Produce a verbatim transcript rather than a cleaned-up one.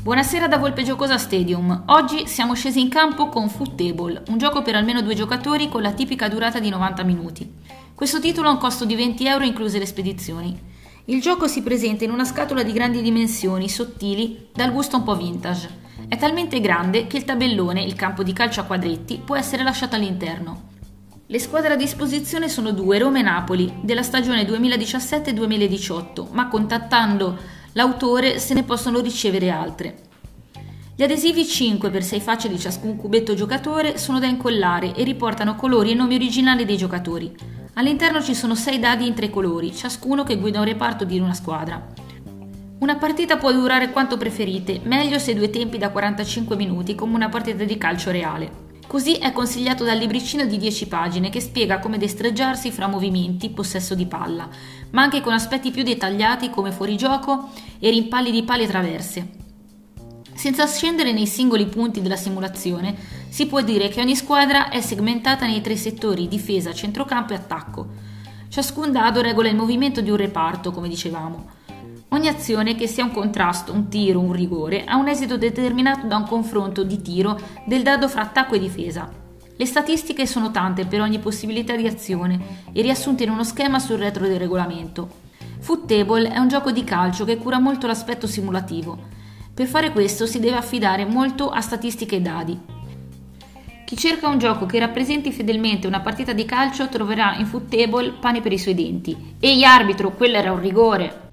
Buonasera da Volpe Giocosa Stadium. Oggi siamo scesi in campo con Footable, un gioco per almeno due giocatori con la tipica durata di novanta minuti. Questo titolo ha un costo di venti euro incluse le spedizioni. Il gioco si presenta in una scatola di grandi dimensioni, sottili, dal gusto un po' vintage. È talmente grande che il tabellone, il campo di calcio a quadretti, può essere lasciato all'interno. Le squadre a disposizione sono due, Roma e Napoli, della stagione duemiladiciassette duemiladiciotto, ma contattando l'autore se ne possono ricevere altre. Gli adesivi cinque per sei facce di ciascun cubetto giocatore sono da incollare e riportano colori e nomi originali dei giocatori. All'interno ci sono sei dadi in tre colori, ciascuno che guida un reparto di una squadra. Una partita può durare quanto preferite, meglio se due tempi da quarantacinque minuti come una partita di calcio reale. Così è consigliato dal libricino di dieci pagine che spiega come destreggiarsi fra movimenti, possesso di palla, ma anche con aspetti più dettagliati come fuorigioco e rimpalli di pale traverse. Senza scendere nei singoli punti della simulazione, si può dire che ogni squadra è segmentata nei tre settori: difesa, centrocampo e attacco. Ciascun dado regola il movimento di un reparto, come dicevamo. Ogni azione, che sia un contrasto, un tiro, un rigore, ha un esito determinato da un confronto di tiro del dado fra attacco e difesa. Le statistiche sono tante per ogni possibilità di azione e riassunte in uno schema sul retro del regolamento. Footable è un gioco di calcio che cura molto l'aspetto simulativo. Per fare questo si deve affidare molto a statistiche e dadi. Chi cerca un gioco che rappresenti fedelmente una partita di calcio troverà in Footable pane per i suoi denti. Ehi arbitro, quello era un rigore!